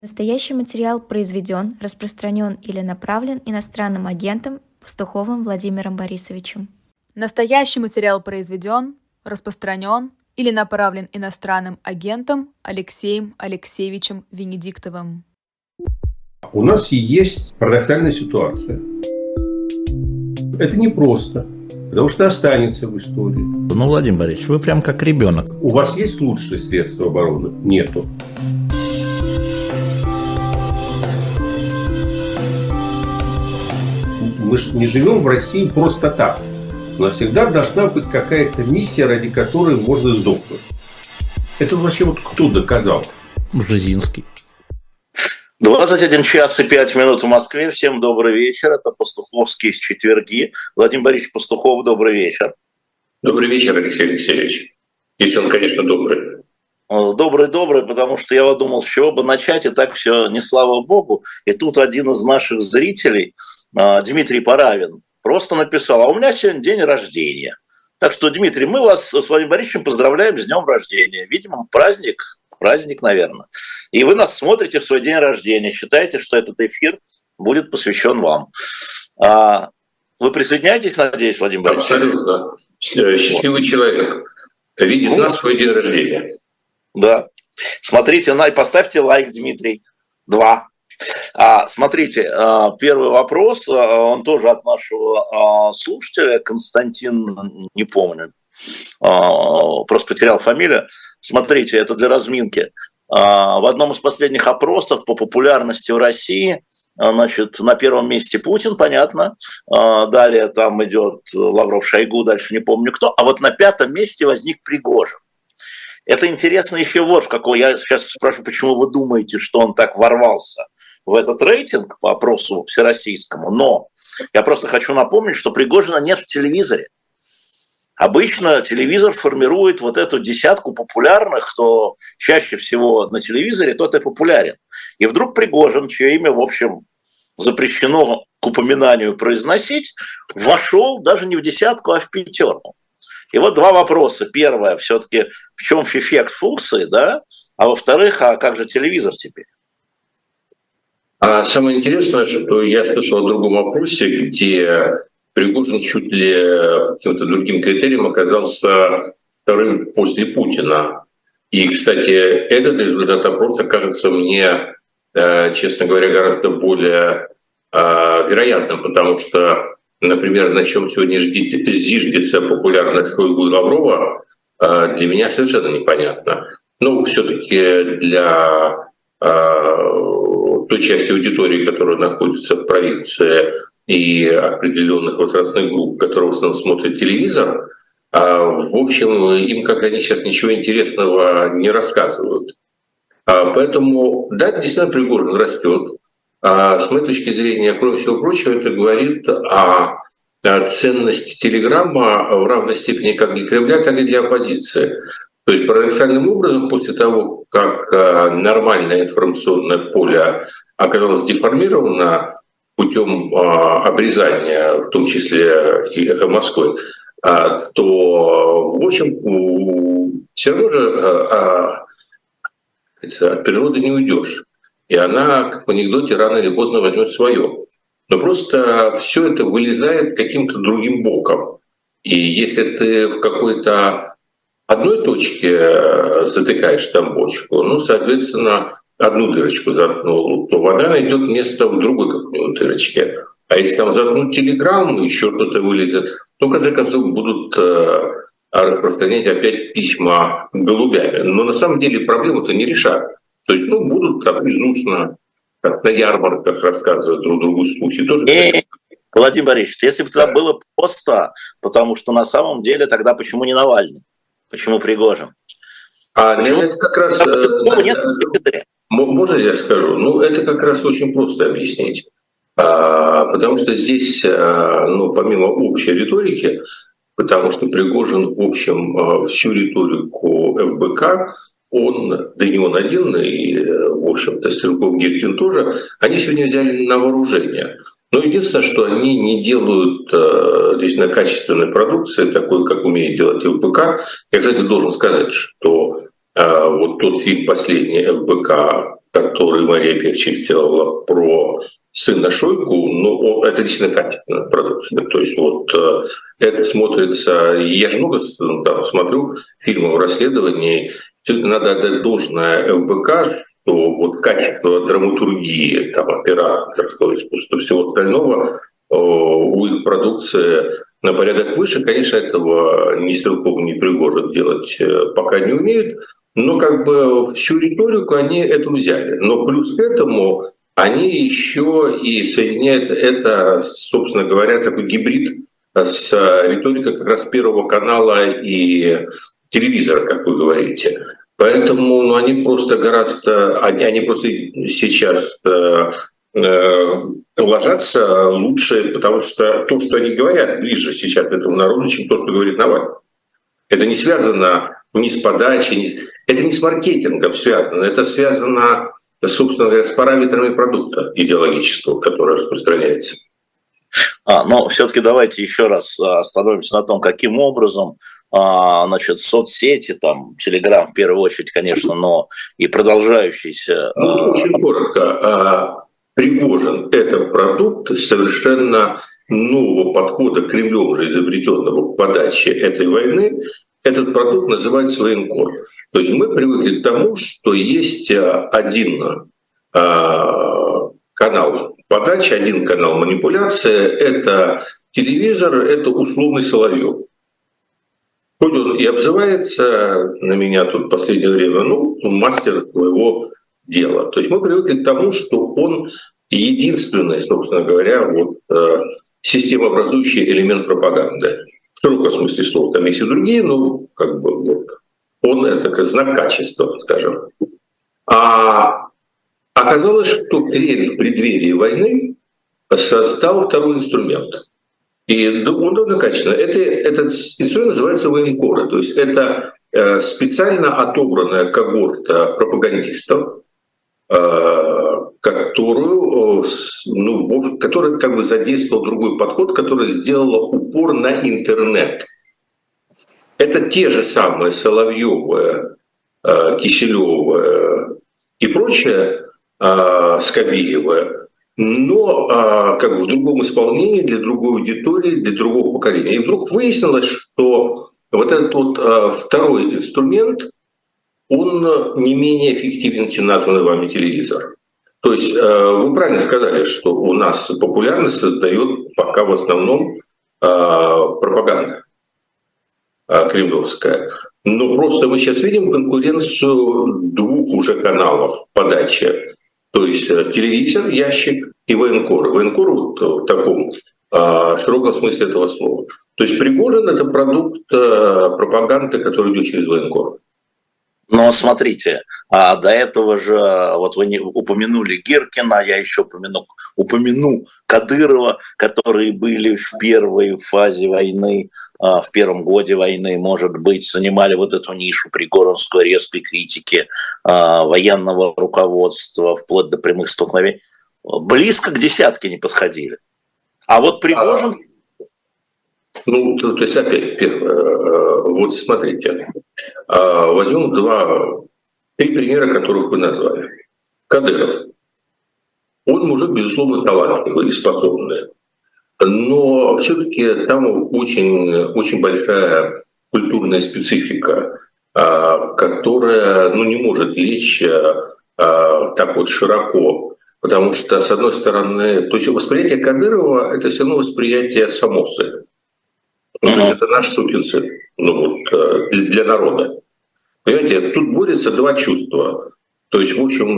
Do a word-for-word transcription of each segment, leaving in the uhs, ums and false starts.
Настоящий материал произведен, распространен или направлен иностранным агентом Пастуховым Владимиром Борисовичем. Настоящий материал произведен, распространен или направлен иностранным агентом Алексеем Алексеевичем Венедиктовым. У нас есть парадоксальная ситуация. Это непросто, потому что останется в истории. Ну, Владимир Борисович, вы прям как ребенок. У вас есть лучшие средства обороны? Нету. Мы же не живем в России просто так. У нас всегда должна быть какая-то миссия, ради которой можно сдохнуть. Это вообще вот кто доказал? Бжезинский. двадцать один час и пять минут в Москве. Всем добрый вечер. Это Пастуховские четверги. Владимир Борисович Пастухов, добрый вечер. Добрый вечер, Алексей Алексеевич. Если он, конечно, добрый. Добрый-добрый, потому что я вот думал, с чего бы начать, и так все не слава богу. И тут один из наших зрителей, Дмитрий Паравин, просто написал: а у меня сегодня день рождения. Так что, Дмитрий, мы вас с Владимиром Борисовичем поздравляем с днем рождения. Видимо, праздник, праздник, наверное. И вы нас смотрите в свой день рождения. Считаете, что этот эфир будет посвящен вам. Вы присоединяетесь, надеюсь, Владимир Борисович? Абсолютно. Счастливый человек видит нас в свой день рождения. Да. Смотрите, поставьте лайк, Дмитрий. Два. А, смотрите, первый вопрос, он тоже от нашего слушателя, Константин, не помню, просто потерял фамилию. Смотрите, это для разминки. В одном из последних опросов по популярности в России, значит, на первом месте Путин, понятно. Далее там идет Лавров, Шойгу, дальше не помню кто. А вот на пятом месте возник Пригожин. Это интересно еще вот в какой. Я сейчас спрашиваю, почему вы думаете, что он так ворвался в этот рейтинг по опросу всероссийскому. Но я просто хочу напомнить, что Пригожина нет в телевизоре. Обычно телевизор формирует вот эту десятку популярных, кто чаще всего на телевизоре, тот и популярен. И вдруг Пригожин, чье имя, в общем, запрещено к упоминанию произносить, вошел даже не в десятку, а в пятерку. И вот два вопроса. Первое, все-таки в чем эффект функции, да? А во-вторых, а как же телевизор теперь? А самое интересное, что я слышал о другом вопросе, где Пригожин чуть ли по каким-то другим критериям оказался вторым после Путина. И, кстати, этот результат опроса кажется мне, честно говоря, гораздо более вероятным, потому что, например, на чем сегодня зиждется популярность Шойгу и Лаврова, для меня совершенно непонятно. Но все-таки для той части аудитории, которая находится в провинции, и определенных возрастных групп, которые в основном смотрят телевизор, в общем, им, как они сейчас, ничего интересного не рассказывают. Поэтому, да, действительно, Пригожин растет. С моей точки зрения, кроме всего прочего, это говорит о ценности телеграмма в равной степени как для Кремля, так и для оппозиции. То есть парадоксальным образом, после того, как нормальное информационное поле оказалось деформировано путем обрезания, в том числе и «Эхо Москвы», то, в общем, все равно же от природы не уйдешь. И она, как в анекдоте, рано или поздно возьмет свое. Но просто все это вылезает каким-то другим боком. И если ты в какой-то одной точке затыкаешь там бочку, ну, соответственно, одну дырочку заткнул, то вода найдет место в другой какой-нибудь дырочке. А если там заткнуть телеграмму, еще что-то вылезет, то, в конце концов, будут э, распространять опять письма голубями. Но на самом деле проблему-то не решат. То есть, ну, будут так безустно, как на ярмарках рассказывать друг другу слухи. Тоже. И, Владимир Борисович, если бы да. это было просто, потому что на самом деле тогда почему не Навальный? Почему Пригожин? А почему? Это как раз... Почему нет? Можно я скажу? Ну, это как раз очень просто объяснить. А, потому что здесь, ну, помимо общей риторики, потому что Пригожин, в общем, всю риторику эф бэ ка, он, да не он один, и, в общем-то, Стрелков, Гиркин тоже, они сегодня взяли на вооружение. Но единственное, что они не делают действительно качественной продукции, такой, как умеет делать эф бэ ка. Я, кстати, должен сказать, что вот тот фильм последний эф бэ ка который Мария Певчих сделала про сына Шойгу, ну, это действительно качественная продукция. То есть вот это смотрится... Я же много там, смотрю фильмов расследований. Надо отдать должное эф бэ ка, что вот качество драматургии, там, операторского искусства, всего остального у их продукции на порядок выше. Конечно, этого ни Стрелков, ни Пригожин делать пока не умеют, но как бы всю риторику они это взяли. Но плюс к этому они еще и соединяют это, собственно говоря, такой гибрид с риторикой как раз Первого канала и телевизора, как вы говорите. Поэтому ну, они просто гораздо, они, они просто сейчас э, э, ложатся лучше, потому что то, что они говорят, ближе сейчас этому народу, чем то, что говорит Навальный. Это не связано ни с подачей, ни... это не с маркетингом связано, это связано, собственно говоря, с параметрами продукта идеологического, который распространяется. А, но все-таки давайте еще раз остановимся на том, каким образом, а, значит, соцсети, там, Телеграм в первую очередь, конечно, но и продолжающиеся... Ну, очень коротко. Пригожин – это продукт совершенно нового подхода Кремлем уже изобретенного к подаче этой войны. Этот продукт называется военкор. То есть мы привыкли к тому, что есть один канал подачи, один канал манипуляции. Это телевизор, это условный Соловьев. Хоть он и обзывается на меня тут в последнее время, ну, мастер своего дела. То есть мы привыкли к тому, что он единственный, собственно говоря, вот, системообразующий элемент пропаганды. В широком смысле слова. Там есть и другие, но как бы вот, он это знак качества, скажем. А оказалось, что Кремль в преддверии войны создал второй инструмент. И он довольно качественно. Это, этот инструмент называется военкоры. То есть это специально отобранная когорта пропагандистов, которую, ну, который как бы задействовал другой подход, который сделал упор на интернет. Это те же самые Соловьёвы, Киселёвы и прочее, Скобеевы, но как бы в другом исполнении, для другой аудитории, для другого поколения. И вдруг выяснилось, что вот этот вот второй инструмент, он не менее эффективен, чем названный вами телевизор. То есть вы правильно сказали, что у нас популярность создает пока в основном пропаганда кремлевская. Но просто мы сейчас видим конкуренцию двух уже каналов подачи. То есть телевизор, ящик и военкор. Военкор вот в таком широком смысле этого слова. То есть Пригожин — это продукт пропаганды, который идет через военкор. Но смотрите, а до этого же, вот вы не упомянули Гиркина, я еще упомяну, упомяну Кадырова, которые были в первой фазе войны, в первом годе войны, может быть, занимали вот эту нишу пригожинской резкой критики военного руководства, вплоть до прямых столкновений. Близко к десятке не подходили. А вот Пригожин... Ну, то, то есть опять, первое, вот смотрите, возьмем два, три примера, которых вы назвали. Кадыров. Он мужик, безусловно, талантливый и способный, но все-таки там очень, очень большая культурная специфика, которая ну, не может лечь так вот широко, потому что, с одной стороны, то есть восприятие Кадырова — это все равно восприятие Самосы. Ну, то есть это наш сукин сын, ну, вот, для народа. Понимаете, тут борются два чувства. То есть, в общем,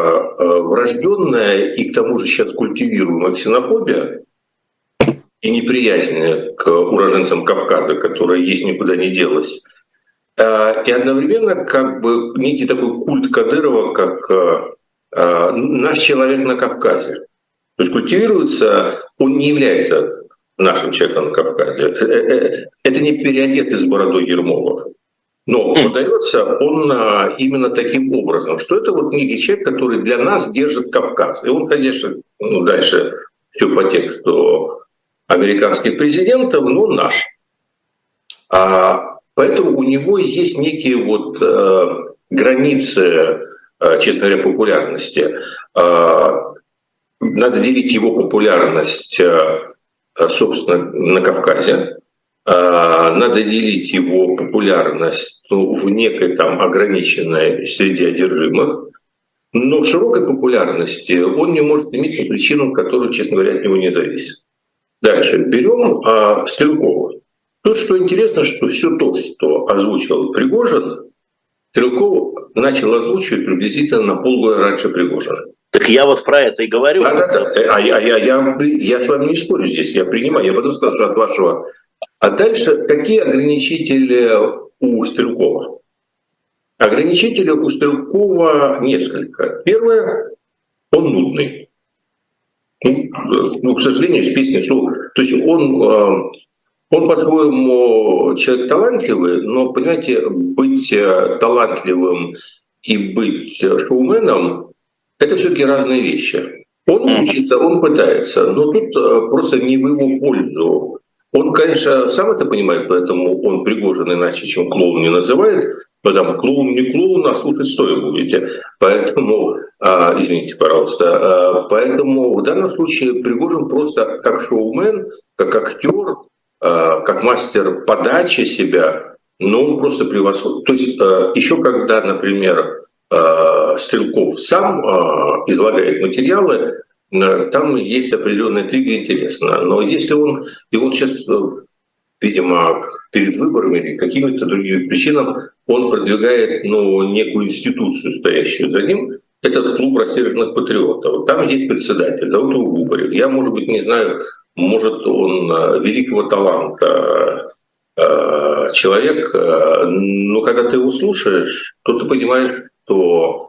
врожденная и к тому же сейчас культивируемая ксенофобия и неприязнь к уроженцам Кавказа, которая есть, никуда не делась. И одновременно как бы некий такой культ Кадырова, как наш человек на Кавказе. То есть культивируется, он не является нашим человеком на Кавказе. Это не переодетый с бородой Ермолов. Но подается он именно таким образом, что это вот некий человек, который для нас держит Кавказ. И он, конечно, ну, дальше все по тексту американских президентов, но наш. А, поэтому у него есть некие вот э, границы честно говоря, популярности. Надо делить его популярность, собственно, на Кавказе. Надо делить его популярность, ну, в некой там ограниченной среде одержимых. Но широкой популярности он не может иметь по причинам, которые, честно говоря, от него не зависят. Дальше. Берем а, Стрелкова. Тут что интересно, что все то, что озвучивал Пригожин, Стрелков начал озвучивать приблизительно на полгода раньше Пригожина. Так я вот про это и говорю. Да, да, да. А я, я, я, я с вами не спорю здесь, я принимаю. Я потом сказал, что от вашего... А дальше какие ограничители у Стрелкова? Ограничителей у Стрелкова несколько. Первое, он нудный. Ну, к сожалению, с песней слов. То есть он, он, по-своему, человек талантливый, но, понимаете, быть талантливым и быть шоуменом — это все-таки разные вещи. Он учится, он пытается, но тут просто не в его пользу. Он, конечно, сам это понимает, поэтому он Пригожин иначе, чем клоун, не называет. Потому клоун не клоун, а слушать стоя будете. Поэтому, а, извините, пожалуйста, а, поэтому в данном случае Пригожин просто как шоумен, как актер, а, как мастер подачи себя, ну, он просто превосходит. То есть а, еще когда, например, а, Стрелков сам а, излагает материалы, там есть определенная интрига, интересно. Но если он, и он сейчас, видимо, перед выборами или какими-то другими причинами, он продвигает, ну, некую институцию, стоящую за ним, этот клуб рассерженных патриотов. Там есть председатель, зовут его Губарев. Я, может быть, не знаю, может, он великого таланта э, человек, э, но когда ты его слушаешь, то ты понимаешь, что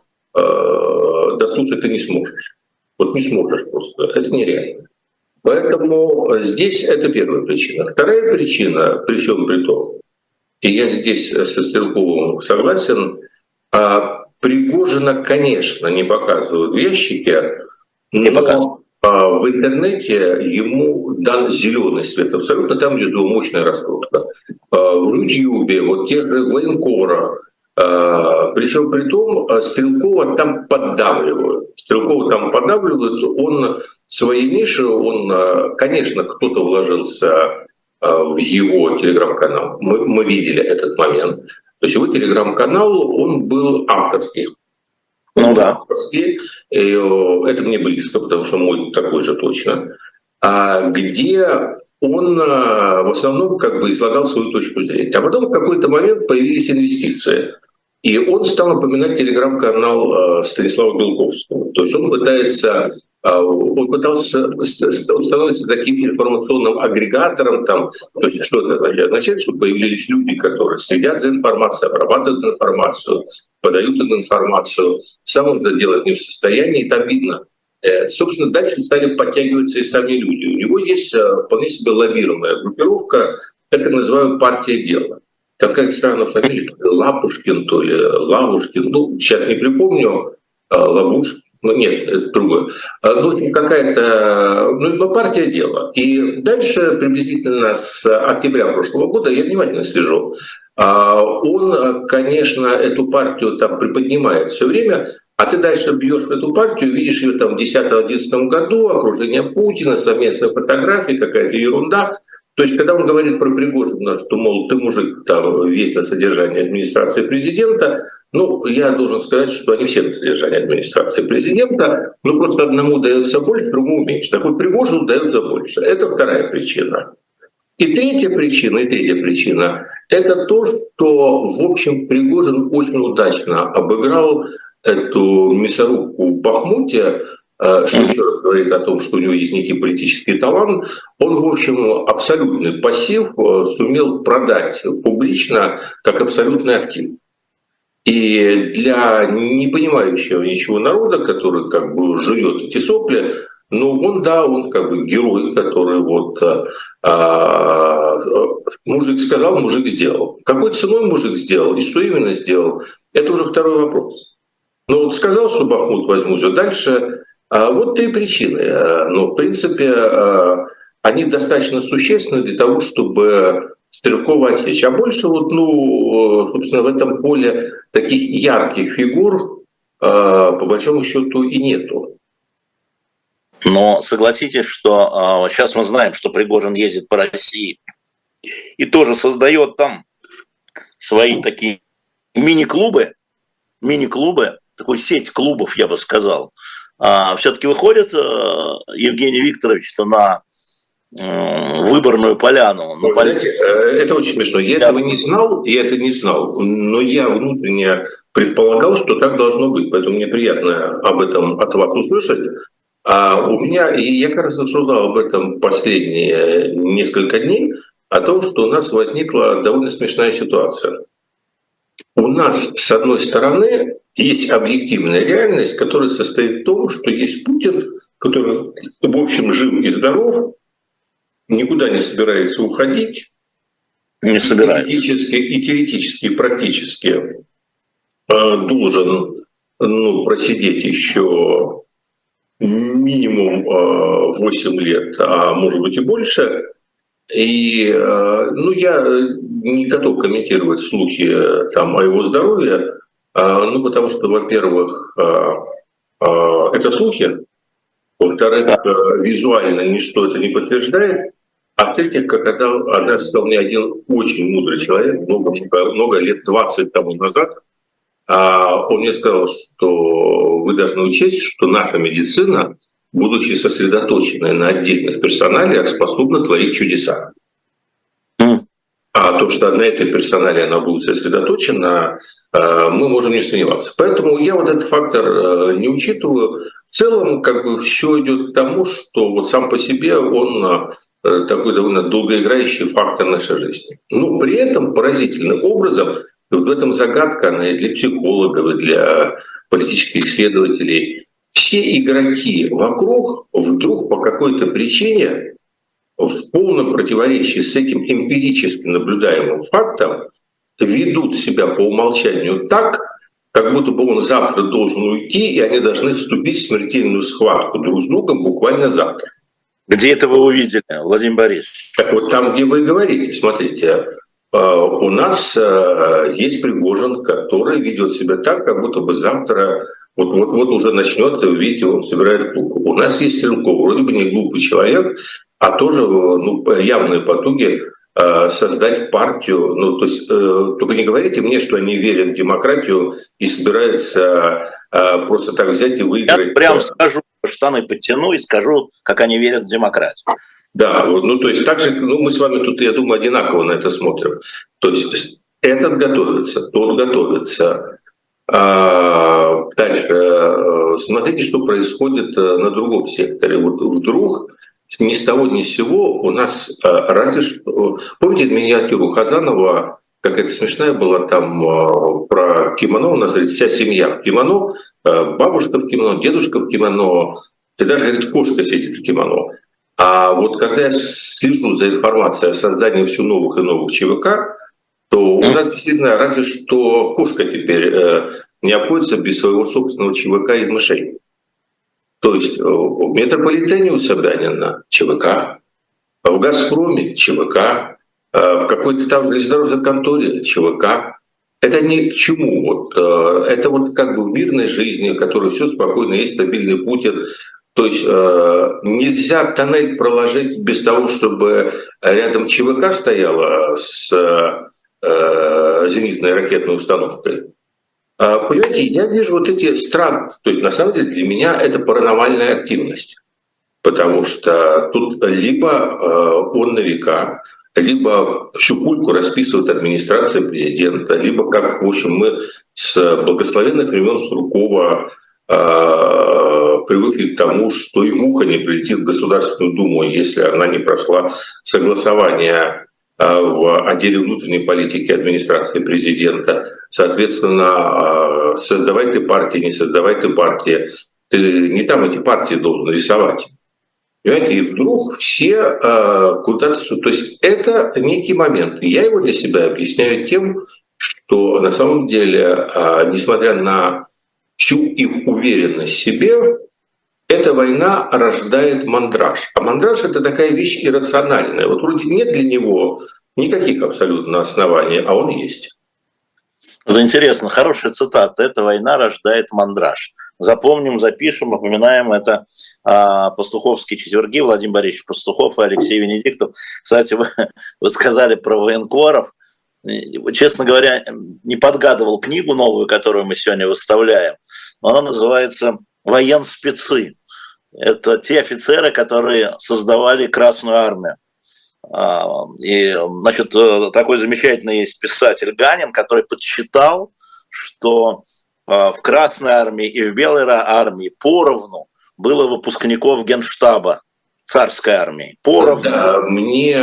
э, дослушать ты не сможешь. Вот не сможешь просто, это нереально. Поэтому здесь это первая причина. Вторая причина, при всем при том, и я здесь со Стрелковым согласен, а Пригожина, конечно, не показывают в ящике, не но показывают. В интернете ему дан зеленый свет абсолютно, там идет мощная раскрутка. В Ютьюбе, вот тех же военкорах, причем при том Стрелкова там поддавливают. Стрелкова там поддавливают, он своей ниши, он, конечно, кто-то вложился в его телеграм-канал. Мы, мы видели этот момент. То есть его телеграм-канал, он был авторский. Ну да. Авторский. Это мне близко, потому что мой такой же точно. А где он в основном как бы излагал свою точку зрения. А потом в какой-то момент появились инвестиции. И он стал напоминать телеграм-канал Станислава Белковского. То есть он пытается, он пытался, он становится таким информационным агрегатором. Там, то есть что это означает? Что появились люди, которые следят за информацией, обрабатывают информацию, подают эту информацию. Сам он это делать не в состоянии, и там видно. Собственно, дальше стали подтягиваться и сами люди. У него есть вполне себе лоббируемая группировка, это называют партия дела. Такая странная фамилия, Лапушкин, то ли Лавушкин, ну, сейчас не припомню, Лабушкин, ну, нет, это другое. Ну, какая-то, ну, партия дела. И дальше, приблизительно с октября прошлого года, я внимательно слежу, он, конечно, эту партию там приподнимает все время, а ты дальше бьешь в эту партию, видишь ее там в десятом-одиннадцатом году, окружение Путина, совместные фотографии, какая-то ерунда. То есть, когда он говорит про Пригожина, что, мол, ты мужик, там, весь на содержании администрации президента, ну, я должен сказать, что они все на содержании администрации президента, но просто одному дается больше, другому меньше. Так вот, Пригожину дается больше. Это вторая причина. И третья причина, и третья причина — это то, что, в общем, Пригожин очень удачно обыграл эту мясорубку в Бахмуте, что еще раз говорит о том, что у него есть некий политический талант. Он, в общем, абсолютный пассив сумел продать публично как абсолютный актив. И для не понимающего ничего народа, который как бы жует эти сопли, ну, он, да, он как бы герой, который вот а, мужик сказал, мужик сделал. Какой ценой мужик сделал и что именно сделал, это уже второй вопрос. Ну, вот сказал, что Бахмут возьму, все дальше. А вот три причины. Но, в принципе, они достаточно существенны для того, чтобы Стрелкова отсечь. А больше, вот, ну, собственно, в этом поле таких ярких фигур, по большому счету и нету. Но согласитесь, что сейчас мы знаем, что Пригожин ездит по России и тоже создает там свои такие мини-клубы, мини-клубы, такую сеть клубов, я бы сказал. Все-таки выходит Евгений Викторович-то на выборную поляну. На Знаете, это очень смешно. Я, я этого не знал, я это не знал, но я внутренне предполагал, что так должно быть. Поэтому мне приятно об этом от вас услышать. А у меня, и я как раз рассуждал об этом последние несколько дней, о том, что у нас возникла довольно смешная ситуация. У нас, с одной стороны, есть объективная реальность, которая состоит в том, что есть Путин, который, в общем, жив и здоров, никуда не собирается уходить. Не собирается. И теоретически, и, теоретически, и практически э, должен ну, просидеть еще минимум э, восемь лет, а может быть и больше. И э, ну, я не готов комментировать слухи э, там, о его здоровье, э, ну, потому что, во-первых, э, э, это слухи, во-вторых, э, визуально ничто это не подтверждает, а в-третьих, когда одна сказал мне один очень мудрый человек, много, много, много лет двадцать тому назад, а он мне сказал, что вы должны учесть, что наша медицина, будучи сосредоточенной на отдельных персоналиях, способна творить чудеса. Mm. А то, что на этой персонале она будет сосредоточена, мы можем не сомневаться. Поэтому я вот этот фактор не учитываю. В целом, как бы все идет к тому, что вот сам по себе он такой довольно долгоиграющий фактор нашей жизни. Но при этом поразительным образом, вот в этом загадка, она и для психологов, и для политических исследователей, все игроки вокруг вдруг по какой-то причине в полном противоречии с этим эмпирически наблюдаемым фактом ведут себя по умолчанию так, как будто бы он завтра должен уйти, и они должны вступить в смертельную схватку друг с другом буквально завтра. Где это вы увидели, Владимир Борисович? Так вот там, где вы говорите, смотрите, у нас есть Пригожин, который ведет себя так, как будто бы завтра вот, вот, вот уже начнет, видите, он собирает клуб. У нас есть Стрелков, вроде бы не глупый человек, а тоже ну, явные потуги создать партию. Ну, то есть только не говорите мне, что они верят в демократию и собираются просто так взять и выиграть. Я прям скажу, штаны подтяну и скажу, как они верят в демократию. Да, вот, ну то есть так же, ну мы с вами тут, я думаю, одинаково на это смотрим. То есть этот готовится, тот готовится. А, дальше, смотрите, что происходит на другом секторе. Вот вдруг ни с того ни с сего у нас разве что... Помните миниатюру Хазанова, какая-то смешная была там про кимоно, у нас говорит, вся семья в кимоно, бабушка в кимоно, дедушка в кимоно, и даже, говорит, кошка сидит в кимоно. А вот когда я слежу за информацией о создании все новых и новых ЧВК, то у нас действительно разве что кошка теперь э, не обходится без своего собственного ЧВК из мышей. То есть в метрополитене у Собянина ЧВК, в «Газпроме» ЧВК, э, в какой-то там железнодорожной конторе ЧВК. Это ни к чему. Вот, э, это вот как бы в мирной жизни, в которой все спокойно, есть стабильный Путин. То есть э, нельзя тоннель проложить без того, чтобы рядом ЧВК стояла с э, зенитной ракетной установкой. Э, понимаете, я вижу вот эти страны. То есть на самом деле для меня это паранормальная активность. Потому что тут либо э, он на века, либо всю пульку расписывает администрация президента, либо, как, в общем, мы с благословенных времен Суркова привыкли к тому, что и муха не прилетит в Государственную Думу, если она не прошла согласование в отделе внутренней политики администрации президента. Соответственно, создавай ты партии, не создавай ты партии. Ты не там эти партии должен рисовать. Понимаете, и вдруг все куда-то... То есть это некий момент. Я его для себя объясняю тем, что на самом деле, несмотря на всю их уверенность в себе, эта война рождает мандраж. А мандраж — это такая вещь иррациональная. Вот вроде нет для него никаких абсолютно оснований, а он есть. Это интересно, хорошая цитата. «Эта война рождает мандраж». Запомним, запишем, упоминаем это а, пастуховские четверги, Владимир Борисович Пастухов и Алексей Венедиктов. Кстати, вы, вы сказали про военкоров. Честно говоря, не подгадывал книгу новую, которую мы сегодня выставляем. Но она называется «Военспецы». Это те офицеры, которые создавали Красную армию. И, значит, такой замечательный есть писатель Ганин, который подсчитал, что в Красной армии и в Белой армии поровну было выпускников Генштаба царской армии. Поровну. Да, мне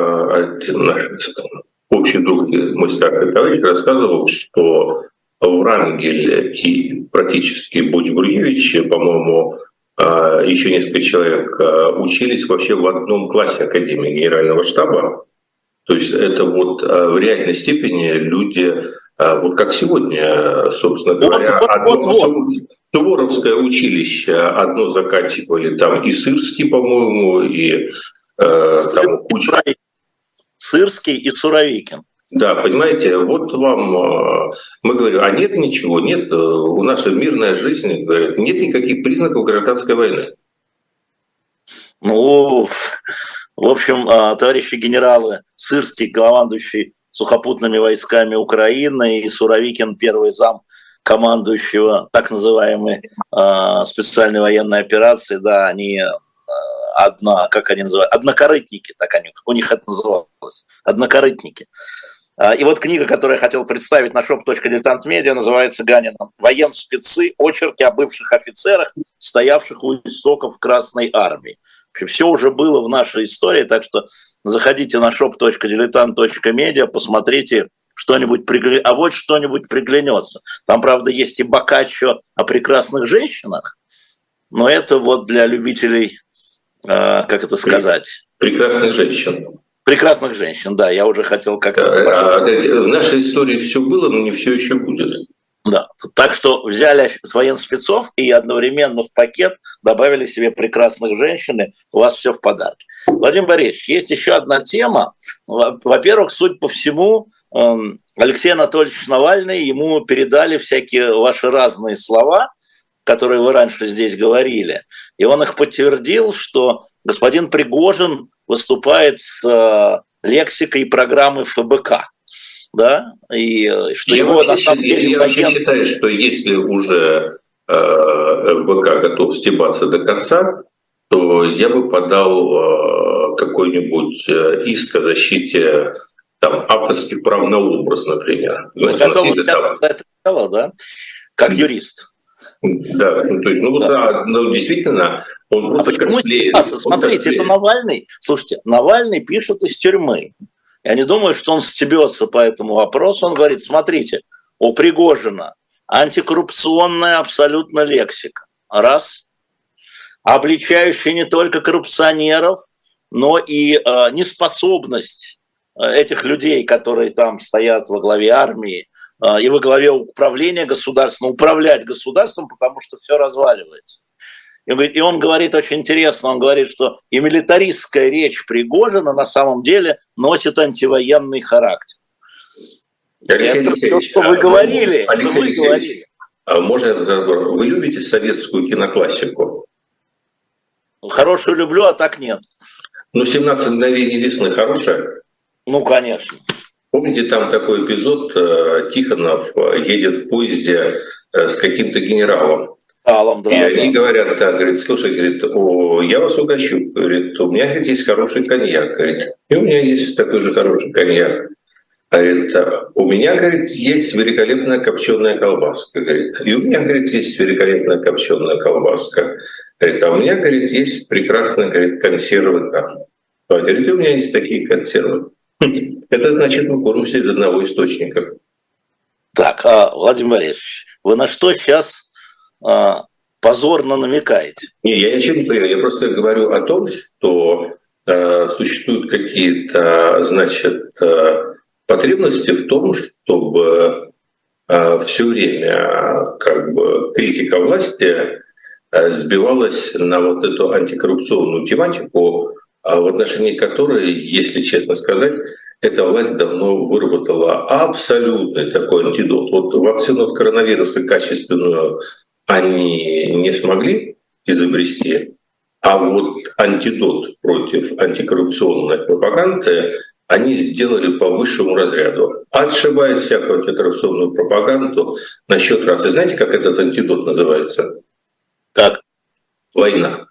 общий друг, мой старший товарищ, рассказывал, что Врангель и практически Буч-Гурьевич, по-моему, еще несколько человек учились вообще в одном классе Академии Генерального штаба. То есть это вот в реальной степени люди, вот как сегодня, собственно говоря, вот, одно, вот, вот. Суворовское училище одно заканчивали, там и Сырский, по-моему, и э, там куча... Сырский и Суровикин. Да, понимаете, вот вам, мы говорим, а нет ничего, нет, у нас мирная жизнь, говорят, нет никаких признаков гражданской войны. Ну, в общем, товарищи генералы, Сырский, командующий сухопутными войсками Украины, и Суровикин, первый зам командующего так называемой специальной военной операции, да, они... одна, как они называют, однокорытники, так они, у них это называлось, однокорытники. И вот книга, которую я хотел представить на шоп точка дилетант медиа, называется Ганином «Военспецы. Очерки о бывших офицерах, стоявших у истоков Красной армии». В общем, все уже было в нашей истории, так что заходите на шоп точка дилетант точка медиа, посмотрите что-нибудь, пригля... а вот что-нибудь приглянется. Там, правда, есть и Боккаччо о прекрасных женщинах, но это вот для любителей, э, как это сказать? Прекрасных женщин. Прекрасных женщин, да, я уже хотел как-то спрашивать. В нашей истории все было, но не все еще будет. Да, так что взяли военспецов и одновременно в пакет добавили себе прекрасных женщин, и у вас все в подарке. Владимир Борисович, есть еще одна тема. Во-первых, судя по всему, Алексей Анатольевич Навальный, ему передали всякие ваши разные слова, которые вы раньше здесь говорили, и он их подтвердил, что господин Пригожин выступает с э, лексикой программы эф бэ ка, да, и что я его вообще, на самом деле... Я вообще считаю, что если уже э, эф бэ ка готов стебаться до конца, то я бы подал э, какой-нибудь э, иск о защите там, авторских прав на образ, например. Знаете, готовы там... это дело, да, как юрист. Да, ну, то есть, ну, да. Да, ну действительно, он просто а почему косплеит. Смотрите, косплеит. Это Навальный. Слушайте, Навальный пишет из тюрьмы. Я не думаю, что он стебется по этому вопросу. Он говорит, смотрите, у Пригожина антикоррупционная абсолютно лексика. Раз. Обличающая не только коррупционеров, но и э, неспособность этих людей, которые там стоят во главе армии, и во главе управления государством, управлять государством, потому что все разваливается. И он говорит очень интересно, он говорит, что и милитаристская речь Пригожина на самом деле носит антивоенный характер. Алексей это Алексеевич, то, что вы говорили. Алексей что вы говорили. Можно я разговор? Вы любите советскую киноклассику? Хорошую люблю, а так нет. Ну, «семнадцать мгновений весны» хорошая? Ну, конечно. Помните, там такой эпизод, Тихонов едет в поезде с каким-то генералом. Алом, да, и они да. говорят так, говорит, слушай, говорит, о, я вас угощу. Говорит, у меня, говорит, есть хороший коньяк. Говорит, и у меня есть такой же хороший коньяк. Говорит, у меня, говорит, есть великолепная копченая колбаска. Говорит, и у меня, говорит, есть великолепная копченая колбаска. Говорит, а у меня, говорит, есть прекрасные, говорит, консервы там. Говорит, и у меня есть такие консервы. Это значит, мы кормимся из одного источника. Так, а, Владимир Борисович, вы на что сейчас а, позорно намекаете? Не, я ничего не понимаю. Я просто говорю о том, что а, существуют какие-то, значит, а, потребности в том, чтобы а, все время как бы критика власти а, сбивалась на вот эту антикоррупционную тематику, в отношении которой, если честно сказать, эта власть давно выработала абсолютный такой антидот. Вот вакцину от коронавируса качественную они не смогли изобрести, а вот антидот против антикоррупционной пропаганды они сделали по высшему разряду, отшибая всякую антикоррупционную пропаганду на счет раз. И знаете, как этот антидот называется? Как? Война.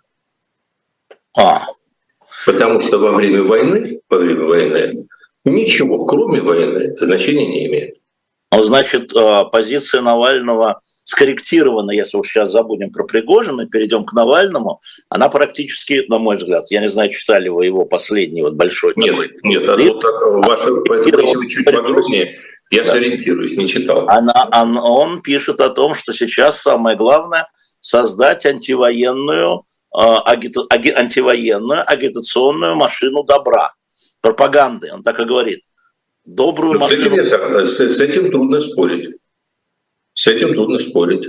А. Потому что во время войны, во время войны ничего, кроме войны, значения не имеет. Ну, значит, позиция Навального скорректирована, если уж сейчас забудем про Пригожина, перейдем к Навальному, она практически, на мой взгляд, я не знаю, читали вы его последний вот большой нет, такой... Нет, а вот так, ваша, поэтому если вы чуть подробнее, я да. сориентируюсь, не читал. Она, он, он пишет о том, что сейчас самое главное создать антивоенную, агита, аги, антивоенную агитационную машину добра, пропаганды, он так и говорит. Добрую Но машину. С этим, с, с этим трудно спорить. С этим трудно спорить.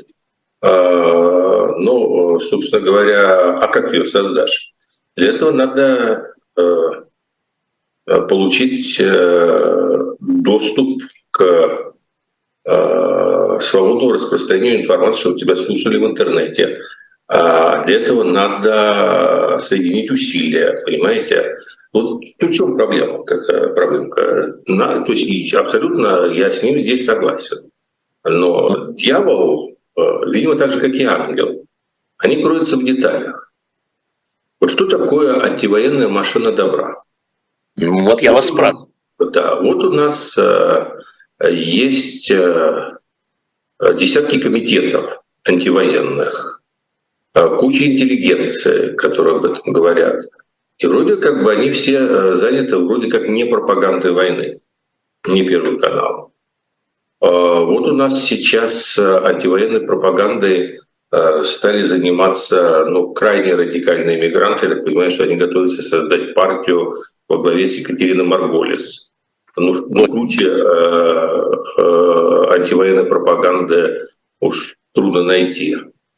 А, ну, собственно говоря, а как ее создашь? Для этого надо а, получить а, доступ к а, свободному распространению информации, чтобы тебя слушали в интернете. А для этого надо соединить усилия, понимаете? Вот в чем проблема? Какая проблемка? На, то есть абсолютно я с ним здесь согласен. Но дьявол, видимо, так же, как и ангел, они кроются в деталях. Вот что такое антивоенная машина добра? Вот я вот вас спрашиваю. Да, вот у нас есть десятки комитетов антивоенных, куча интеллигенции, которые об этом говорят. И вроде как бы они все заняты вроде как не пропагандой войны, не Первый канал. Вот у нас сейчас антивоенной пропагандой стали заниматься ну, крайне радикальные мигранты. Я так понимаю, что они готовятся создать партию во главе с Екатериной Марголис. Ну, ну круче э, э, антивоенной пропаганды уж трудно найти.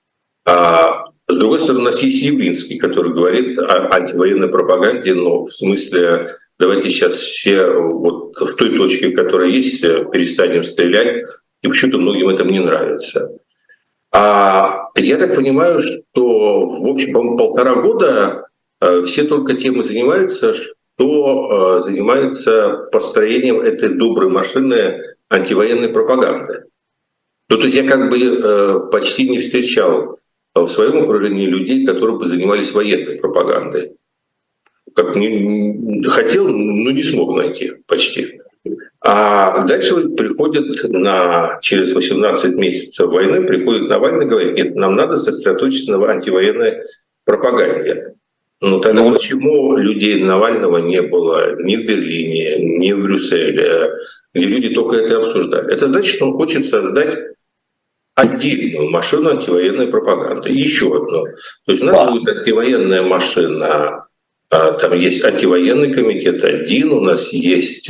А с другой стороны, у нас есть Явлинский, который говорит о антивоенной пропаганде, но в смысле, давайте сейчас все вот в той точке, которая есть, перестанем стрелять, и почему-то многим это не нравится. А я так понимаю, что, в общем, по-моему, полтора года все только тем и занимаются, что занимаются построением этой доброй машины антивоенной пропаганды. Ну, то есть я как бы почти не встречал в своем окружении людей, которые бы занимались военной пропагандой. Как не, хотел, но не смог найти почти. А дальше приходит на, через восемнадцать месяцев войны, приходит Навальный и говорит, нет, нам надо сосредоточиться на антивоенной пропаганде. Ну тогда ну, почему людей Навального не было ни в Берлине, ни в Брюсселе, где люди только это обсуждали? Это значит, что он хочет создать отдельную машину антивоенной пропаганды. Еще одну. То есть у нас будет антивоенная машина, там есть антивоенный комитет один, у нас есть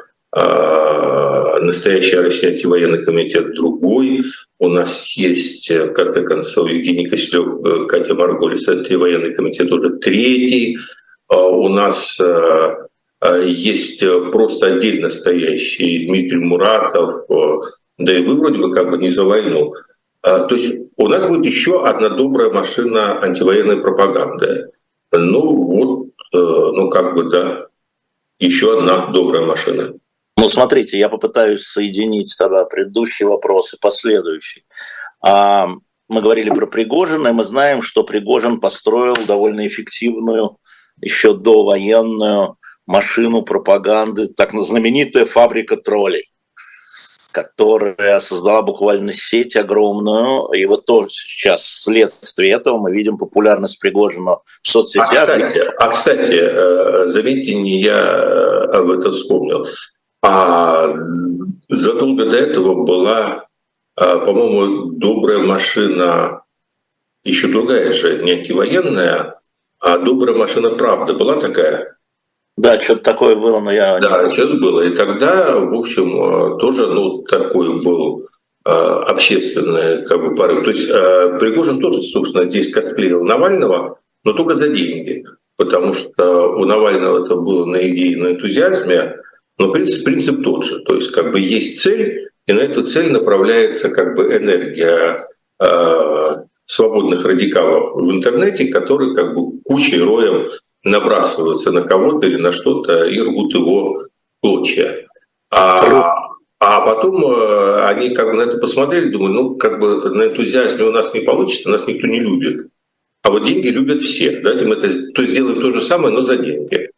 настоящая Россия антивоенный комитет другой, у нас есть, в конце концов, Евгений Киселев, Катя Марголис, антивоенный комитет уже третий, у нас есть просто отдельно стоящий Дмитрий Муратов, да и вы вроде бы как бы не за войну. То есть у нас будет еще одна добрая машина антивоенной пропаганды. Ну вот, ну как бы да, еще одна добрая машина. Ну смотрите, я попытаюсь соединить тогда предыдущий вопрос и последующий. А, мы говорили про Пригожина, и мы знаем, что Пригожин построил довольно эффективную еще довоенную машину пропаганды, так знаменитая фабрика троллей, которая создала буквально сеть огромную. И вот тоже сейчас вследствие этого мы видим популярность Пригожина в соцсетях. А, кстати, а, кстати заметьте, не я об этом вспомнил. А задолго до этого была, по-моему, добрая машина, еще другая же, не антивоенная, а добрая машина «Правда». Была такая? Да, что-то такое было, но я... Да, что-то было. И тогда, в общем, тоже ну, такой был э, общественный как бы, порыв. То есть э, Пригожин тоже, собственно, здесь косплеил Навального, но только за деньги. Потому что у Навального это было на идее, на энтузиазме, Но принцип, принцип тот же. То есть как бы есть цель, и на эту цель направляется как бы энергия э, свободных радикалов в интернете, которые как бы кучей роем набрасываются на кого-то или на что-то и рвут его в клочья. А, а потом э, они как бы на это посмотрели, думают, ну как бы на энтузиазме у нас не получится, нас никто не любит. А вот деньги любят все. Давайте мы это то сделаем то же самое, но за деньги.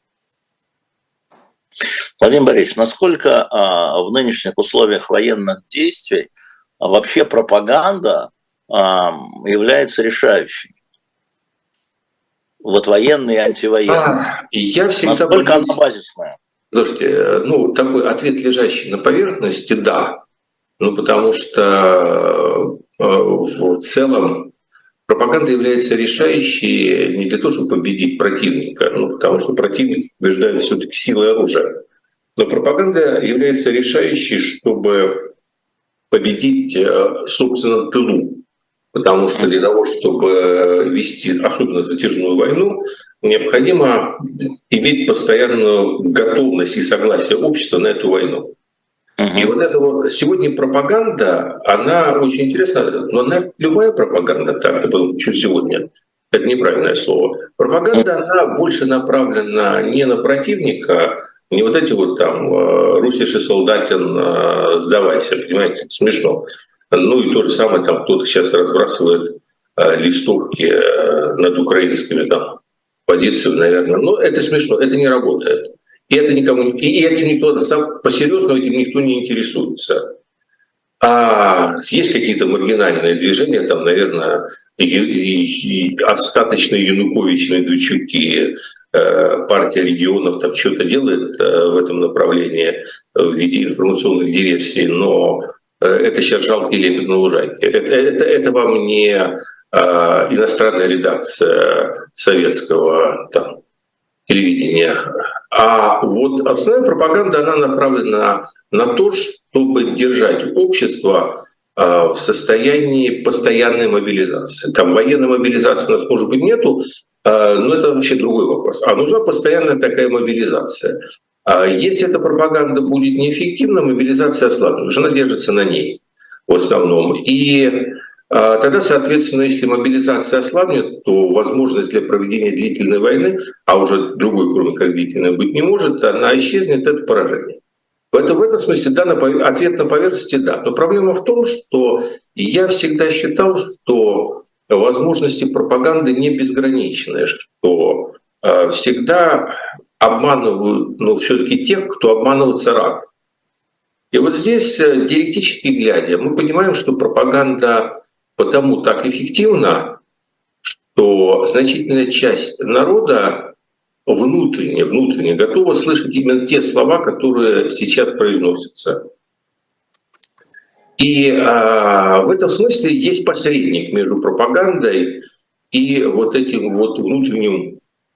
Владимир Борисович, насколько а, в нынешних условиях военных действий а, вообще пропаганда а, является решающей? Вот военные и антивоенные. А, я всегда насколько боюсь... она базисная? Слушайте, ну такой ответ, лежащий на поверхности, да. Ну потому что э, в целом пропаганда является решающей не для того, чтобы победить противника, ну потому что противник побеждает все-таки силой оружия. Но пропаганда является решающей, чтобы победить, собственно, тылу. Потому что для того, чтобы вести особенно затяжную войну, необходимо иметь постоянную готовность и согласие общества на эту войну. И вот это вот сегодня пропаганда, она очень интересна, но она, любая пропаганда, так, что сегодня, это неправильное слово. Пропаганда, она больше направлена не на противника, не вот эти вот там «Русиши, солдатин, сдавайся», понимаете, это смешно. Ну и то же самое, там кто-то сейчас разбрасывает листовки над украинскими там позициями, наверное. Но это смешно, это не работает. И это никому, и этим никто, сам по-серьезному этим никто не интересуется. А есть какие-то маргинальные движения, там, наверное, и, и, и остаточные Януковичные Медведчуки, партия регионов там что-то делает в этом направлении в виде информационных диверсий, но это сейчас жалкий лепет на лужайке. Это, это, это вам не а, иностранная редакция советского там, телевидения. А вот основная пропаганда, она направлена на то, чтобы держать общество а, в состоянии постоянной мобилизации. Там военной мобилизации у нас, может быть, нету, а, но это вообще другой вопрос. А нужна постоянная такая мобилизация. Если эта пропаганда будет неэффективна, мобилизация ослабнет, она держится на ней в основном. И а, тогда, соответственно, если мобилизация ослабнет, то возможность для проведения длительной войны, а уже другой, кроме как длительной, быть не может, она исчезнет, это поражение. Поэтому в этом смысле да, на, ответ на поверхности да. Но проблема в том, что я всегда считал, что возможности пропаганды не безграничны, что а, всегда обманывают, но все-таки тех, кто обманываться рад. И вот здесь, диалектически глядя, мы понимаем, что пропаганда потому так эффективна, что значительная часть народа внутренне, внутренне готова слышать именно те слова, которые сейчас произносятся. И а, в этом смысле есть посредник между пропагандой и вот этим вот внутренним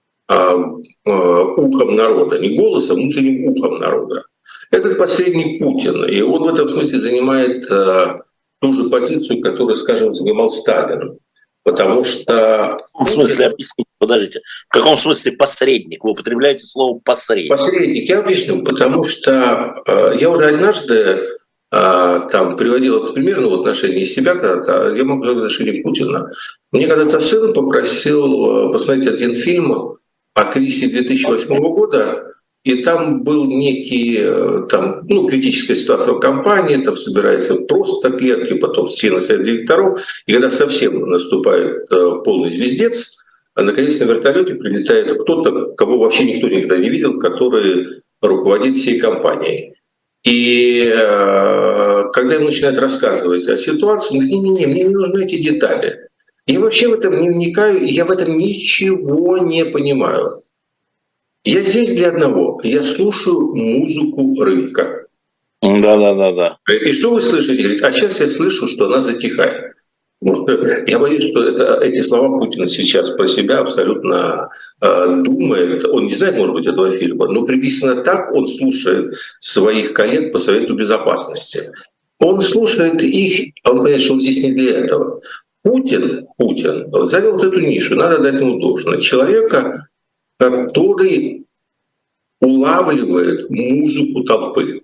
ухом народа, не голосом, внутренним ухом народа. Этот посредник Путин, и он в этом смысле занимает ту же позицию, которую, скажем, занимал Сталин. Потому что... В смысле, объясните, подождите. В каком смысле посредник? Вы употребляете слово посредник. Посредник, я объясню, потому что я уже однажды там приводил этот пример, ну, в отношении себя когда-то, я могу говорить в отношении Путина. Мне когда-то сын попросил посмотреть один фильм о кризисе две тысячи восьмого года, и там был некий, там, ну, критическая ситуация в компании, там собирается просто клетки, потом члены совета директоров, и когда совсем наступает полный звездец, наконец на вертолете прилетает кто-то, кого вообще никто никогда не видел, который руководит всей компанией. И э, когда им начинают рассказывать о ситуации, он говорит: не-не-не, мне не нужны эти детали. Я вообще в этом не вникаю, и я в этом ничего не понимаю. Я здесь для одного. Я слушаю музыку рынка. Да-да-да. И что вы слышите? Говорит, а сейчас я слышу, что она затихает. Я боюсь, что это, эти слова Путина сейчас про себя абсолютно э, думает. Он не знает, может быть, этого фильма, но приблизительно так он слушает своих коллег по Совету Безопасности. Он слушает их, он понимает, что он здесь не для этого. Путин, Путин занял вот эту нишу, надо дать ему должное. Человека, который улавливает музыку толпы.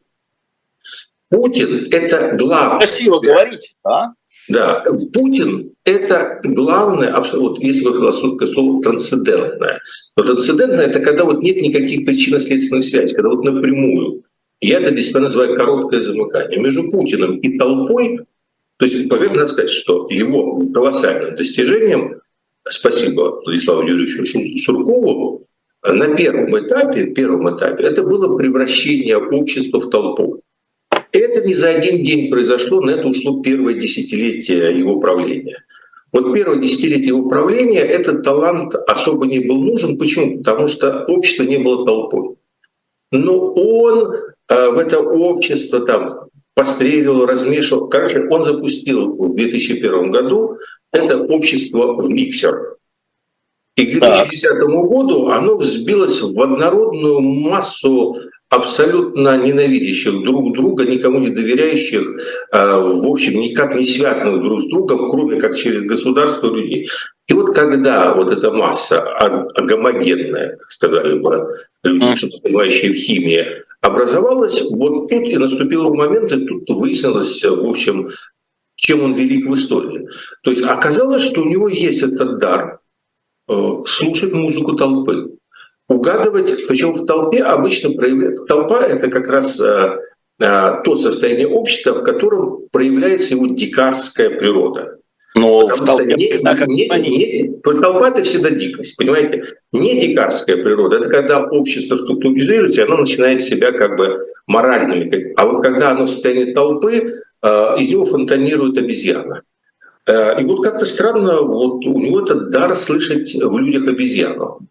Путин — это главное. Красиво говорите, да? Да, Путин — это главное, абсолютно, есть такое философское слово трансцендентное. Но трансцендентное — это когда вот нет никаких причинно-следственных связей, когда вот напрямую. Я это для себя называю короткое замыкание. Между Путиным и толпой, то есть, поверьте, надо сказать, что его колоссальным достижением, спасибо Владиславу Юрьевичу Суркову, на первом этапе, первом этапе это было превращение общества в толпу. Это не за один день произошло, на это ушло первое десятилетие его правления. Вот первое десятилетие его правления этот талант особо не был нужен. Почему? Потому что общество не было толпой. Но он э, в это общество там постреливал, размешивал. Короче, он запустил в две тысячи первом году это общество в миксер. И к две тысячи десятому году оно взбилось в однородную массу абсолютно ненавидящих друг друга, никому не доверяющих, в общем, никак не связанных друг с другом, кроме как через государство людей. И вот когда вот эта масса гомогенная, как сказали бы люди, что понимающие в химии, образовалась, вот тут и наступил момент, и тут выяснилось, в общем, чем он велик в истории. То есть оказалось, что у него есть этот дар слушать музыку толпы. Угадывать, причем в толпе обычно проявляется. Толпа — это как раз а, а, то состояние общества, в котором проявляется его дикарская природа. Но в толпе, не, как не, они... не, толпа — это всегда дикость, понимаете? Не дикарская природа — это когда общество структуризируется, и оно начинает себя как бы моральными. А вот когда оно в состоянии толпы, а, из него фонтанирует обезьяна. А, и вот как-то странно, вот у него этот дар слышать в людях обезьяну.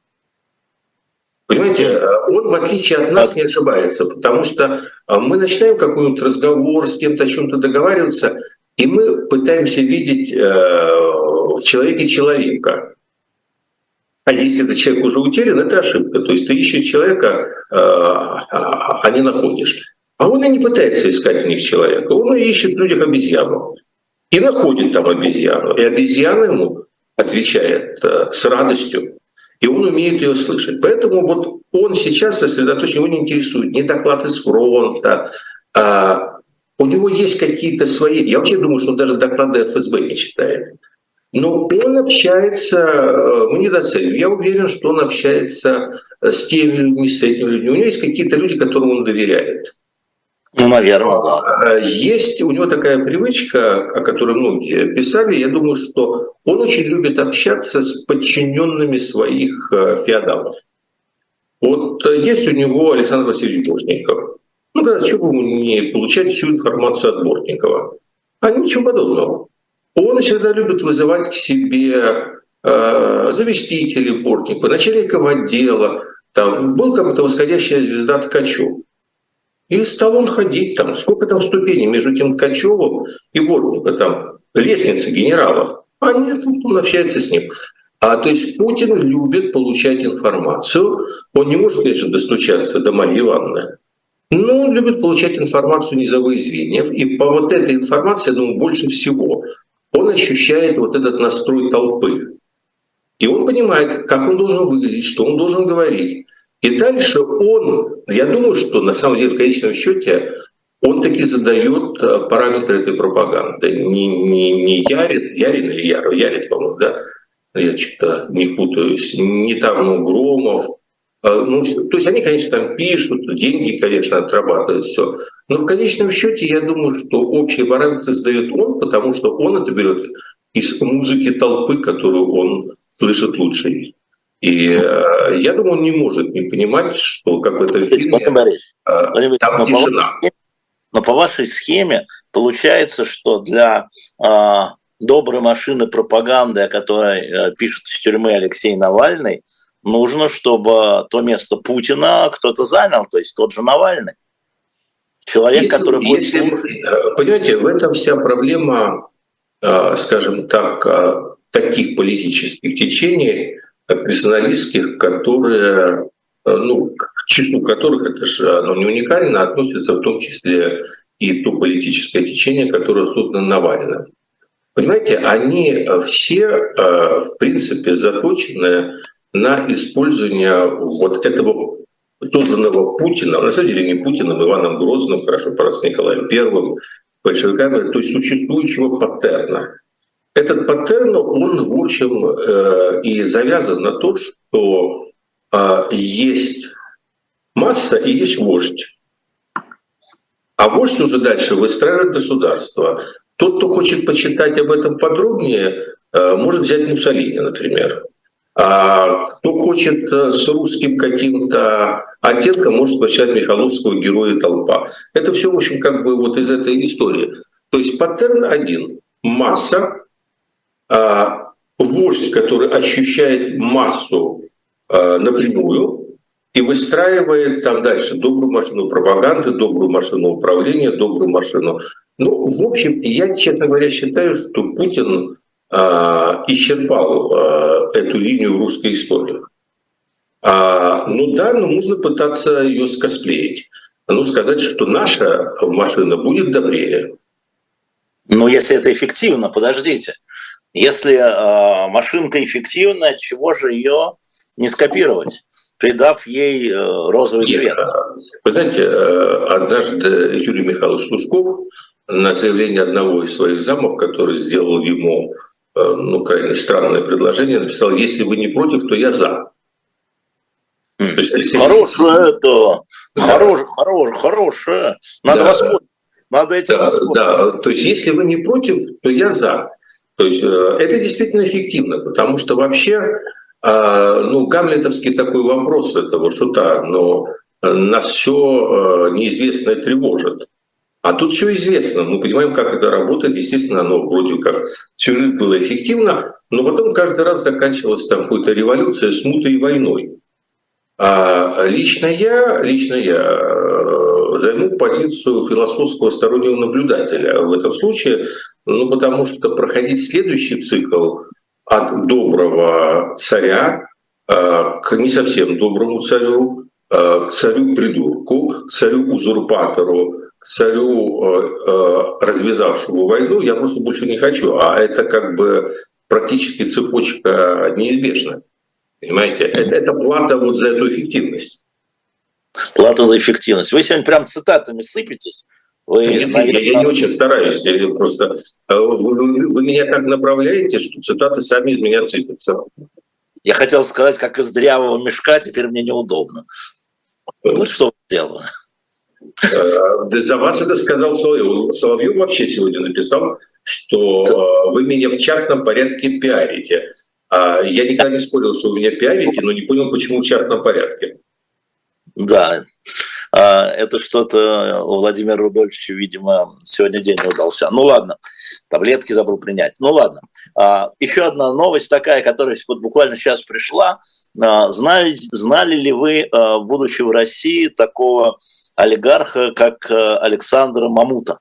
Понимаете, он, в отличие от нас, не ошибается, потому что мы начинаем какой-нибудь разговор, с кем-то о чем-то договариваться, и мы пытаемся видеть в человеке человека. А если этот человек уже утерян, это ошибка. То есть ты ищешь человека, а не находишь. А он и не пытается искать в них человека, он и ищет в людях обезьяну. И находит там обезьяну. И обезьяна ему отвечает с радостью. И он умеет ее слышать. Поэтому вот он сейчас сосредоточен, его не интересует ни доклады с фронта, а у него есть какие-то свои... Я вообще думаю, что он даже доклады эф эс бэ не читает. Но он общается, мы недооцениваем, я уверен, что он общается с теми людьми, с этими людьми. У него есть какие-то люди, которым он доверяет. Ну, наверное, да. Есть у него такая привычка, о которой многие писали, я думаю, что он очень любит общаться с подчиненными своих феодалов. Вот есть у него Александр Васильевич Бортников. Ну да, чего бы ему не получать всю информацию от Бортникова? А ничего подобного. Он всегда любит вызывать к себе э, заместителей Бортникова, начальников отдела. Там был какая-то восходящая звезда Ткачев. И стал он ходить там, сколько там ступеней между тем Ткачевым и Бортниковым, там лестница генералов. А нет, он общается с ним. А то есть Путин любит получать информацию. Он не может, конечно, достучаться до Марьи Ивановны, но он любит получать информацию низовых звеньев. И по вот этой информации, я думаю, больше всего он ощущает вот этот настрой толпы. И он понимает, как он должен выглядеть, что он должен говорить. И дальше он, я думаю, что на самом деле в конечном счете он таки задает параметры этой пропаганды. Не, не, не Ярин, Ярин или Яров, Ярин, по-моему, да? Я что-то не путаюсь. Не там, ну, Громов. Ну, то есть они, конечно, там пишут, деньги, конечно, отрабатывают все. Но в конечном счете я думаю, что общие параметры задает он, потому что он это берет из музыки толпы, которую он слышит лучше. И э, я думаю, он не может не понимать, что как в этом фильме Борис, э, там но тишина. По, но по вашей схеме получается, что для э, доброй машины пропаганды, о которой э, пишет из тюрьмы Алексей Навальный, нужно, чтобы то место Путина кто-то занял, то есть тот же Навальный. Человек, если, который будет... Если, понимаете, в этом вся проблема, э, скажем так, э, таких политических течений, персоналистских, которые, ну, к числу которых, это же оно не уникально, относится в том числе и то политическое течение, которое создано Навальным. Понимаете, они все, в принципе, заточены на использование вот этого созданного Путиным, на самом деле не Путиным, Иваном Грозным, хорошо, просто Николаем Первым, большевиками, то есть существующего паттерна. Этот паттерн, он, в общем, и завязан на то, что есть масса и есть вождь. А вождь уже дальше выстраивает государство. Тот, кто хочет почитать об этом подробнее, может взять Муссолини, например. А кто хочет с русским каким-то оттенком, может почитать Михайловского «Героя и толпа». Это все, в общем, как бы вот из этой истории. То есть паттерн один. Масса, вождь, который ощущает массу напрямую, и выстраивает там дальше добрую машину пропаганды, добрую машину управления, добрую машину. Ну, в общем, я, честно говоря, считаю, что Путин э, исчерпал э, эту линию русской истории. А, ну да, но нужно пытаться ее скосплеить. Ну, сказать, что наша машина будет добрее. Ну, если это эффективно, подождите. Если э, машинка эффективна, чего же ее не скопировать, придав ей розовый цвет? Вы знаете, однажды Юрий Михайлович Лужков на заявление одного из своих замов, который сделал ему ну, крайне странное предложение, написал: «Если вы не против, то я за». Mm. То есть, хорошее это, да. хорошее, хорошее, хорошее. Надо да. воспользоваться, надо этим да, воспользоваться. Да, то есть если вы не против, то я за. То есть это действительно эффективно, потому что вообще, ну, гамлетовский такой вопрос этого шута, но нас все неизвестное тревожит. А тут все известно, мы понимаем, как это работает, естественно, оно вроде как всю жизнь было эффективно, но потом каждый раз заканчивалась там какой-то революция, смутой и войной. А лично я, лично я займу позицию философского стороннего наблюдателя в этом случае, ну, потому что проходить следующий цикл от доброго царя к не совсем доброму царю, к царю-придурку, к царю-узурпатору, к царю, развязавшему войну, я просто больше не хочу. А это как бы практически цепочка неизбежна. Понимаете? Это, это плата вот за эту эффективность. Плата за эффективность. Вы сегодня прям цитатами сыпетесь. Вы, Нет, наверное... я, я не очень стараюсь. Я просто... вы, вы, вы меня так направляете, что цитаты сами из меня сыпятся. Я хотел сказать, как из дырявого мешка, теперь мне неудобно. Вот что делаю. За вас это сказал Соловьев. Соловьев вообще сегодня написал, что вы меня в частном порядке пиарите. Я никогда не спорил, что вы меня пиарите, но не понял, почему в частном порядке. Да, это что-то у Владимира Рудольфовича, видимо, сегодня день не удался. Ну ладно, таблетки забыл принять. Ну ладно. Еще одна новость такая, которая вот буквально сейчас пришла. Знали, знали ли вы, будучи в России, такого олигарха, как Александр Мамута?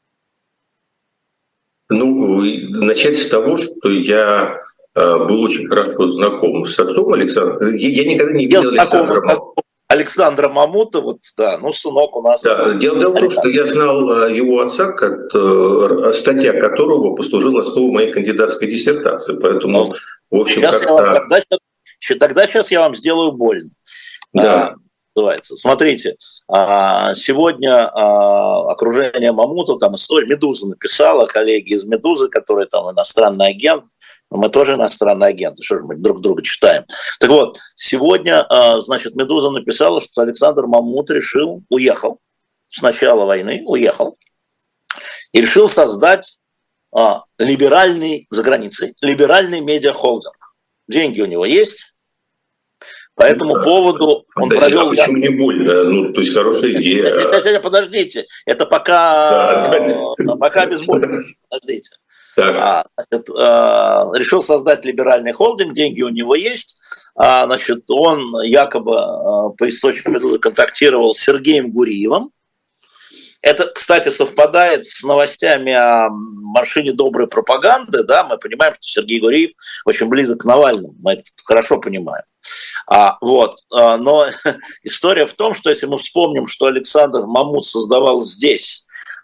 Ну, начать с того, что я был очень хорошо знаком с отцом Александра. Я никогда не видел Александра Мамута. Александра Мамута, вот, да, ну, сынок у нас. Да, дело, дело в том, что я знал его отца, как, статья которого послужила основой моей кандидатской диссертации, поэтому, ну, в общем, сейчас я вам, тогда, сейчас, тогда сейчас я вам сделаю больно. Да. А, называется. Смотрите, сегодня окружение Мамута, там история, Медуза написала, коллеги из Медузы, которые там иностранный агент, мы тоже иностранные агенты, что же мы друг друга читаем. Так вот, сегодня, значит, Медуза написала, что Александр Мамут решил, уехал с начала войны, уехал, и решил создать а, либеральный, за границей, либеральный медиахолдинг. Деньги у него есть, по этому да. поводу он да, провел... А почему не больно? Ну, то есть хорошая идея. Подождите, это пока, да, пока безбольно. Подождите. А, значит, а, решил создать либеральный холдинг, деньги у него есть. А, значит, он якобы а, по источникам Медузы контактировал с Сергеем Гуриевым. Это, кстати, совпадает с новостями о машине доброй пропаганды. Да? Мы понимаем, что Сергей Гуриев очень близок к Навальному. Мы это хорошо понимаем. А, вот. а, но история в том, что если мы вспомним, что Александр Мамут создавал здесь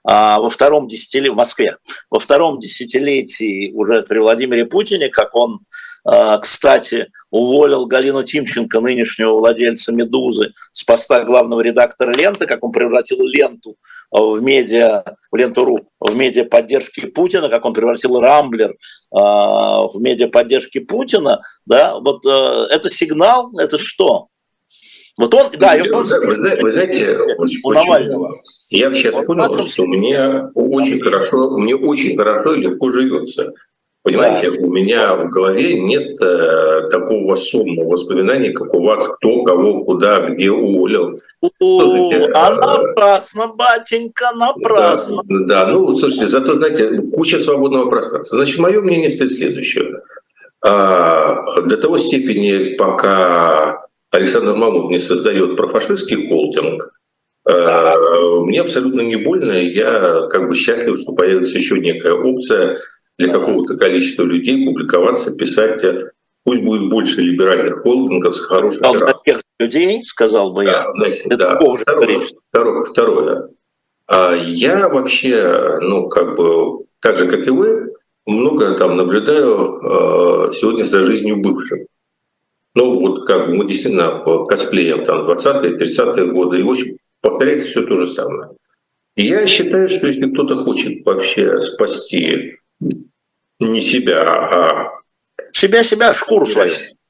а, во втором десятилетии, в Москве, во втором десятилетии уже при Владимире Путине, как он, а, кстати, уволил Галину Тимченко, нынешнего владельца «Медузы», с поста главного редактора «Ленты», как он превратил «Ленту» в медиа, в «Ленту.ру», в медиа поддержки Путина, как он превратил «Рамблер» э, в медиа поддержки Путина, да, вот э, это сигнал, это что? Вот он, да, вы, он, вы, знаете, вы знаете, у Навального. Я сейчас вот понял, что себе. мне очень хорошо, мне очень хорошо и легко живется. Понимаете, да. У меня в голове нет э, такого суммного воспоминания, как у вас, кто, кого, куда, где уволил. Слушайте, а э, напрасно, батенька, напрасно. Да, да, ну, слушайте, зато, знаете, куча свободного пространства. Значит, мое мнение стоит следующее. А, до того степени, пока Александр Мамут не создает профашистский холдинг, а, мне абсолютно не больно, я как бы счастлив, что появится еще некая опция для какого-то количества людей публиковаться, писать, пусть будет больше либеральных холдингов с хорошей для тех людей, сказал бы я. Да, это да. Второе, второе, второе. А я вообще, ну, как бы, так же, как и вы, много там наблюдаю э, сегодня за жизнью бывших. Ну, вот как бы мы действительно косплеем там двадцатые, тридцатые годы, и, в общем, повторяется все то же самое. И я считаю, что если кто-то хочет вообще спасти не себя, а... Себя-себя, шкуру свою.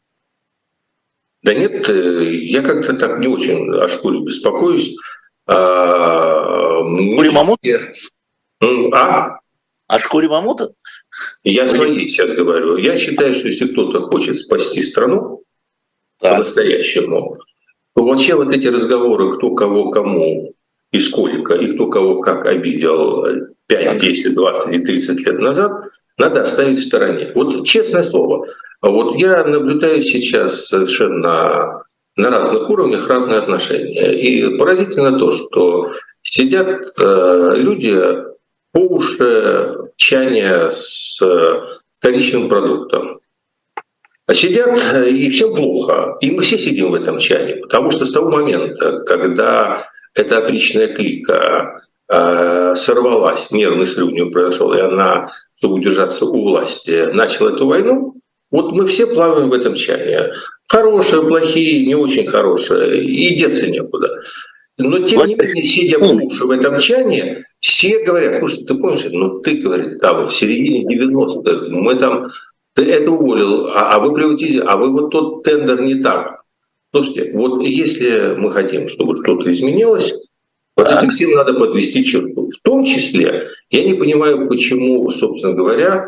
Да нет, я как-то так не очень о шкуре беспокоюсь. А... Шкуре мамута? А? О шкуре мамута? Я своей сейчас говорю. Я считаю, что если кто-то хочет спасти страну да. по-настоящему, то вообще вот эти разговоры, кто кого кому и сколько, и кто кого как обидел пять, десять, двадцать или тридцать лет назад, надо оставить в стороне. Вот честное слово, вот я наблюдаю сейчас совершенно на разных уровнях разные отношения. И поразительно то, что сидят э, люди по уши в чане с вторичным продуктом. А сидят, и всем плохо. И мы все сидим в этом чане. Потому что с того момента, когда эта отличная клика э, сорвалась, нервный срыв у нее произошел, и она, чтобы удержаться у власти, начала эту войну, вот мы все плаваем в этом чане. Хорошие, плохие, не очень хорошие, и деться некуда. Но тем не менее, сидя по уши в этом чане, все говорят, слушай, ты помнишь, ну ты, говорит, там в середине девяностых мы там, ты это уволил, а, а вы приватизировали, а вы вот тот тендер не так. Слушайте, вот если мы хотим, чтобы что-то изменилось, вот этим всем надо подвести черту. В том числе, я не понимаю, почему, собственно говоря,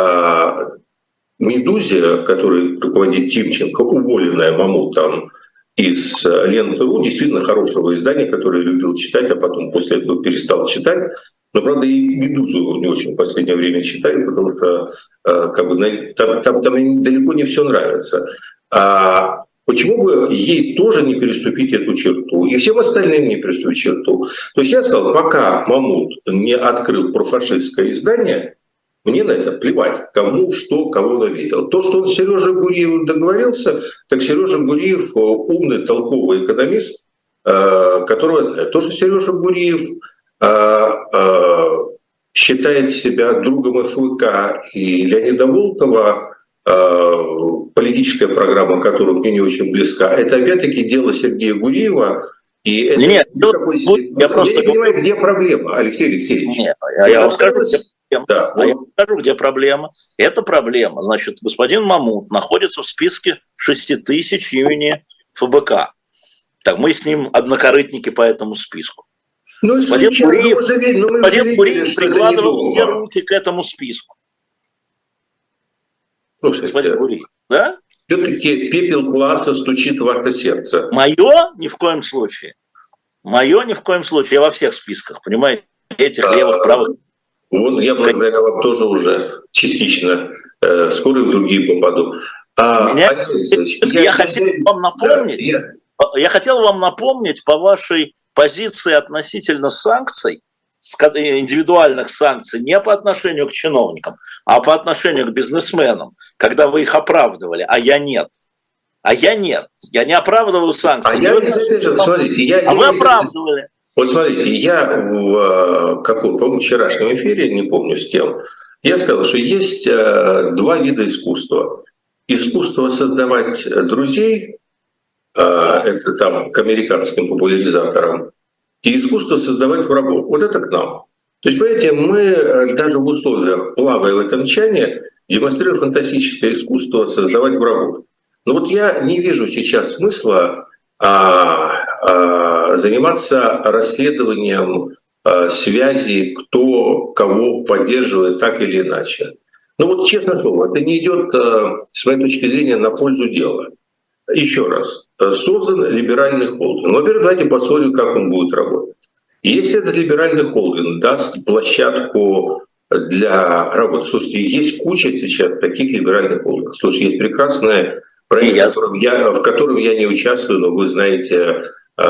«Медузе», который руководит Тимченко, уволенная Мамутом из «Ленты.ру», действительно хорошего издания, которое я любил читать, а потом после этого перестал читать. Но, правда, и «Медузу» не очень в последнее время читаю, потому что как бы, там, там, там далеко не все нравится. А почему бы ей тоже не переступить эту черту? И всем остальным не переступить черту. То есть я сказал, пока Мамут не открыл профашистское издание, мне на это плевать, кому, что, кого навидел. То, что он с Сережей Гуриевым договорился, так Сережа Гуриев умный, толковый экономист, которого я знаю. То, что Сережа Гуриев считает себя другом эф вэ ка и Леонида Волкова, политическая программа, которая мне не очень близка, это опять-таки дело Сергея Гуриева. И это Нет, никакой... я, я просто не понимаю, где проблема, Алексей Алексеевич. Нет, я вам скажу, где проблема. Да, а я вам скажу, где проблема. Это проблема. Значит, господин Мамут находится в списке шести тысяч имени эф бэ ка. Так, мы с ним однокорытники по этому списку. Ну, господин сейчас, Гуриев, ну, завидели, ну, господин Гуриев прикладывал все руки к этому списку. Слушайте, господин Гуриев, да? Все-таки пепел класса стучит в ваше сердце. Мое ни в коем случае. Мое ни в коем случае. Я во всех списках, понимаете? Этих а, левых, правых. Вот я, благодаря вам, тоже уже частично э, скоро в другие попаду. А, Меня, я, я хотел вам напомнить, да, я... я хотел вам напомнить по вашей позиции относительно санкций, индивидуальных санкций, не по отношению к чиновникам, а по отношению к бизнесменам, когда вы их оправдывали, а я нет. А я нет. Я не оправдываю санкции. А, я не слышу, смотрите, я, а я вы не... оправдывали. Вот смотрите, я в каком-то, по-моему, вчерашнем эфире, не помню с кем, я сказал, что есть два вида искусства. Искусство создавать друзей, это там к американским популяризаторам, и искусство создавать врагов. Вот это к нам. То есть, понимаете, мы даже в условиях, плавая в этом чане, демонстрируем фантастическое искусство создавать врагов. Но вот я не вижу сейчас смысла а, а, заниматься расследованием а, связи, кто кого поддерживает так или иначе. Ну вот честно слово, это не идет, а, с моей точки зрения, на пользу дела. Еще раз, создан либеральный холдинг. Во-первых, давайте посмотрим, как он будет работать. Если этот либеральный холдинг даст площадку для работы, слушайте, есть куча сейчас таких либеральных холдингов. Слушайте, есть прекрасная проект, в котором, я, в котором я не участвую, но вы знаете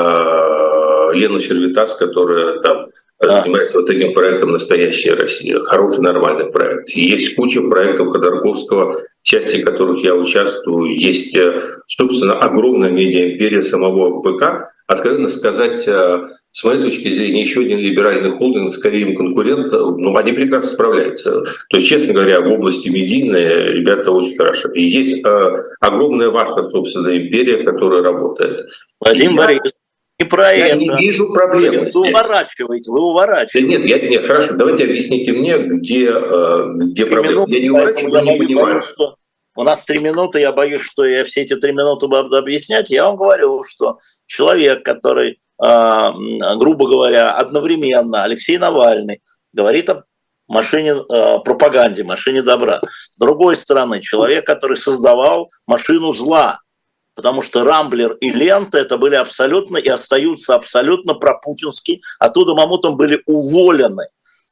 э, Лену Сервитас, которая там да. занимается вот этим проектом «Настоящая Россия». Хороший, нормальный проект. Есть куча проектов Ходорковского, в части которых я участвую. Есть, собственно, огромная медиаимперия самого ВПК. Откровенно сказать, с моей точки зрения, еще один либеральный холдинг, скорее им конкурент, но они прекрасно справляются. То есть, честно говоря, в области медийной ребята очень хорошо. И есть огромная ваша, собственно, империя, которая работает. Владимир Борисович, не про я это. не вижу проблемы. Вы уворачиваете, вы уворачиваете. Да нет, я, нет, хорошо, давайте объясните мне, где, где проблема. Я не уворачиваю, я не понимаю. Боюсь, что у нас три минуты, я боюсь, что я все эти три минуты буду объяснять. Я вам говорю, что человек, который, грубо говоря, одновременно, Алексей Навальный, говорит о машине пропаганде, машине добра. С другой стороны, человек, который создавал машину зла, потому что Рамблер и Лента это были абсолютно и остаются абсолютно пропутинские. Оттуда мамутом были уволены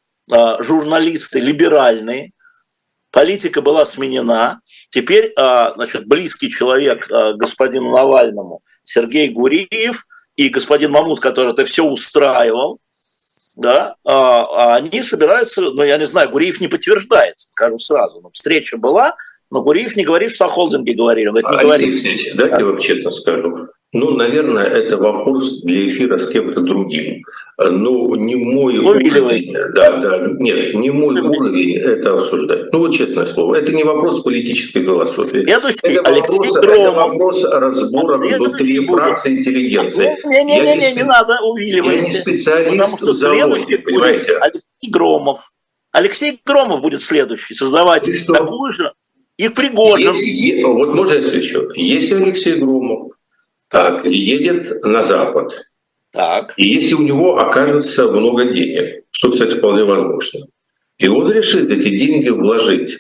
журналисты либеральные, политика была сменена. Теперь, значит, близкий человек господину Навальному Сергей Гуриев и господин Мамут, который это все устраивал, да, они собираются, ну, я не знаю, Гуриев не подтверждает, скажу сразу, но встреча была, но Гуриев не говорит, что о холдинге говорили. Он говорит, не Алексей говорит. Алексеевич, дайте я вам честно скажу. Ну, наверное, это вопрос для эфира с кем-то другим. Ну, не мой уровень. Да, да, нет, не мой уровень это обсуждать. Ну, вот честное слово, это не вопрос политической философии. Следующий это Алексей вопрос, Громов. Это вопрос разбора внутри фракции интеллигенции. Не-не-не, не надо, увиливайте. Я не специалист, потому что следующий будет Алексей Громов. Алексей Громов будет следующий, создавать такую же. И Пригожин. Если, вот можно я скажу, если Алексей Громов так, едет на Запад, так. и если у него окажется много денег, что, кстати, вполне возможно, и он решит эти деньги вложить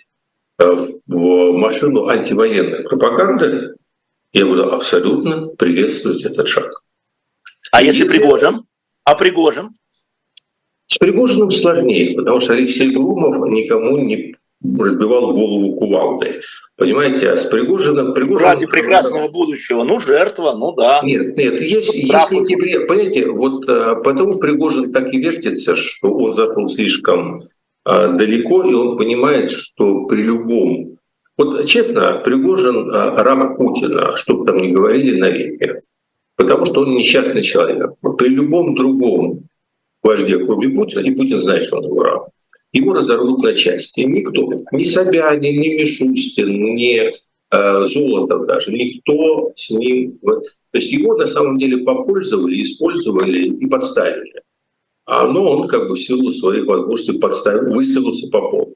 в машину антивоенной пропаганды, я буду абсолютно приветствовать этот шаг. А если, если Пригожин? А Пригожин? С Пригожиным сложнее, потому что Алексей Громов никому не разбивал голову кувалдой. Понимаете, а с Пригожиным... Пригожин... Ради прекрасного будущего. Ну, жертва, ну да. Нет, нет, есть, есть некие... Понимаете, вот потому Пригожин так и вертится, что он зашел слишком а, далеко, и он понимает, что при любом... Вот честно, Пригожин а, раб Путина, что бы там ни говорили, навеки. Потому что он несчастный человек. При любом другом вожде, кроме Путина, и Путин знает, что он его раб, его разорвут на части. Никто, ни Собянин, ни Мишустин, ни э, Золотов даже, никто с ним... То есть его на самом деле попользовали, использовали и подставили. А, но он как бы в силу своих возможностей подставил, выставился по полу.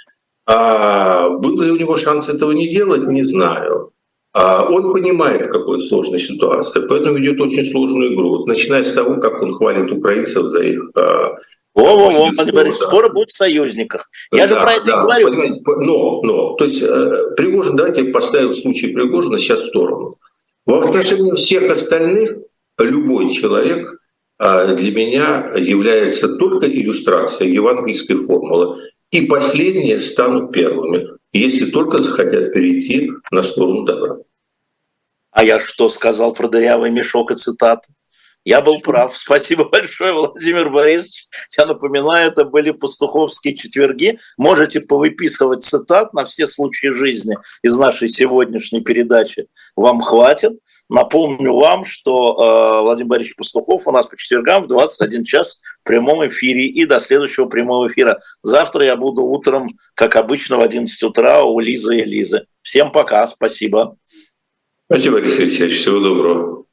А был ли у него шанс этого не делать, не знаю. А он понимает, в какой сложной ситуации, поэтому ведет очень сложную игру. Вот, начиная с того, как он хвалит украинцев за их... Во-во-во, скоро будут в союзниках. Я да, же про это да, и говорю. Но, но, то есть Пригожин, давайте поставим случай Пригожина сейчас в сторону. В отношении всех остальных любой человек для меня является только иллюстрацией евангельской формулы. И последние станут первыми, если только захотят перейти на сторону добра. А я что сказал про дырявый мешок и цитаты? Я был прав. Спасибо большое, Владимир Борисович. Я напоминаю, это были пастуховские четверги. Можете повыписывать цитат на все случаи жизни из нашей сегодняшней передачи. Вам хватит. Напомню вам, что э, Владимир Борисович Пастухов у нас по четвергам в двадцать один час в прямом эфире. И до следующего прямого эфира. Завтра я буду утром, как обычно, в одиннадцать утра у Лизы и Лизы. Всем пока, спасибо. Спасибо, Алексей Алексеевич, всего доброго.